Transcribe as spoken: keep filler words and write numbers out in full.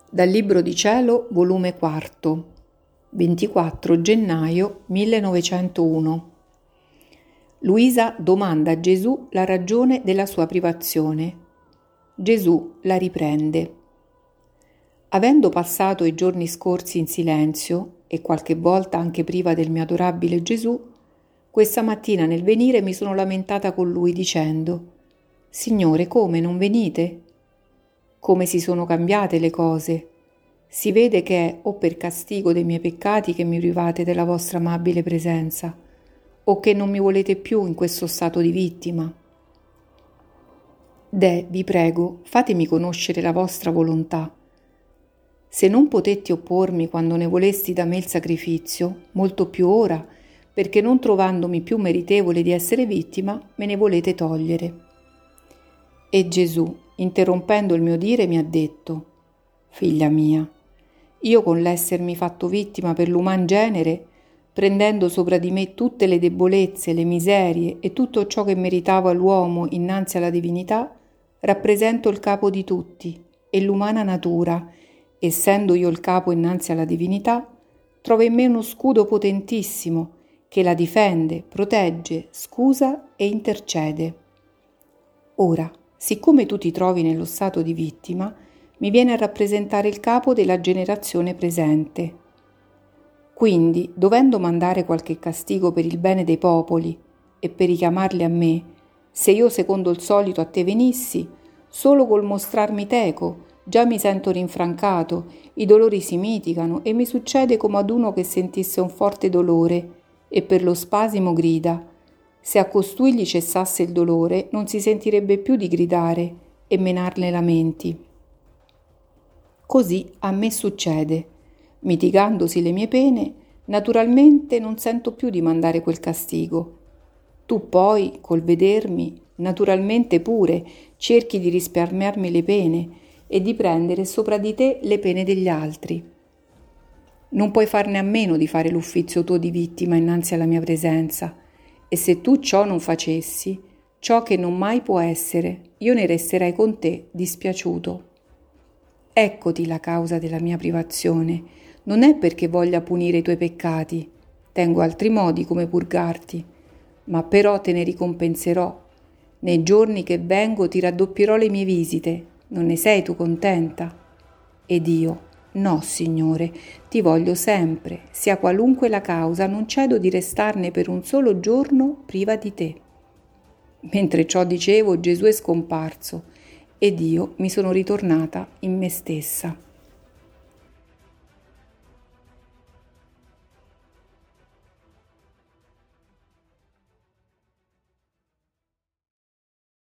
Dal Libro di Cielo, volume quarto, ventiquattro gennaio millenovecentouno. Luisa domanda a Gesù la ragione della sua privazione. Gesù la riprende. Avendo passato i giorni scorsi in silenzio, e qualche volta anche priva del mio adorabile Gesù, questa mattina nel venire mi sono lamentata con lui dicendo: Signore, come non venite? Come si sono cambiate le cose. Si vede che è o per castigo dei miei peccati che mi private della vostra amabile presenza, o che non mi volete più in questo stato di vittima. Deh, vi prego, fatemi conoscere la vostra volontà. Se non potetti oppormi quando ne volesti da me il sacrificio, molto più ora, perché non trovandomi più meritevole di essere vittima, me ne volete togliere. E Gesù, interrompendo il mio dire, mi ha detto: Figlia mia, io con l'essermi fatto vittima per l'uman genere, prendendo sopra di me tutte le debolezze, le miserie e tutto ciò che meritava l'uomo innanzi alla divinità, rappresento il capo di tutti e l'umana natura, essendo io il capo innanzi alla divinità, trova in me uno scudo potentissimo che la difende, protegge, scusa e intercede. Ora, siccome tu ti trovi nello stato di vittima, mi viene a rappresentare il capo della generazione presente. Quindi, dovendo mandare qualche castigo per il bene dei popoli e per richiamarli a me, se io secondo il solito a te venissi, solo col mostrarmi teco, già mi sento rinfrancato, i dolori si mitigano e mi succede come ad uno che sentisse un forte dolore e per lo spasimo grida. Se a costui gli cessasse il dolore, non si sentirebbe più di gridare e menarne lamenti. Così a me succede. Mitigandosi le mie pene, naturalmente non sento più di mandare quel castigo. Tu poi, col vedermi, naturalmente pure, cerchi di risparmiarmi le pene e di prendere sopra di te le pene degli altri. Non puoi farne a meno di fare l'uffizio tuo di vittima innanzi alla mia presenza, e se tu ciò non facessi, ciò che non mai può essere, io ne resterei con te dispiaciuto. Eccoti la causa della mia privazione, non è perché voglia punire i tuoi peccati, tengo altri modi come purgarti, ma però te ne ricompenserò. Nei giorni che vengo ti raddoppierò le mie visite, non ne sei tu contenta? Ed io, no, Signore, ti voglio sempre, sia qualunque la causa, non cedo di restarne per un solo giorno priva di te. Mentre ciò dicevo, Gesù è scomparso ed io mi sono ritornata in me stessa.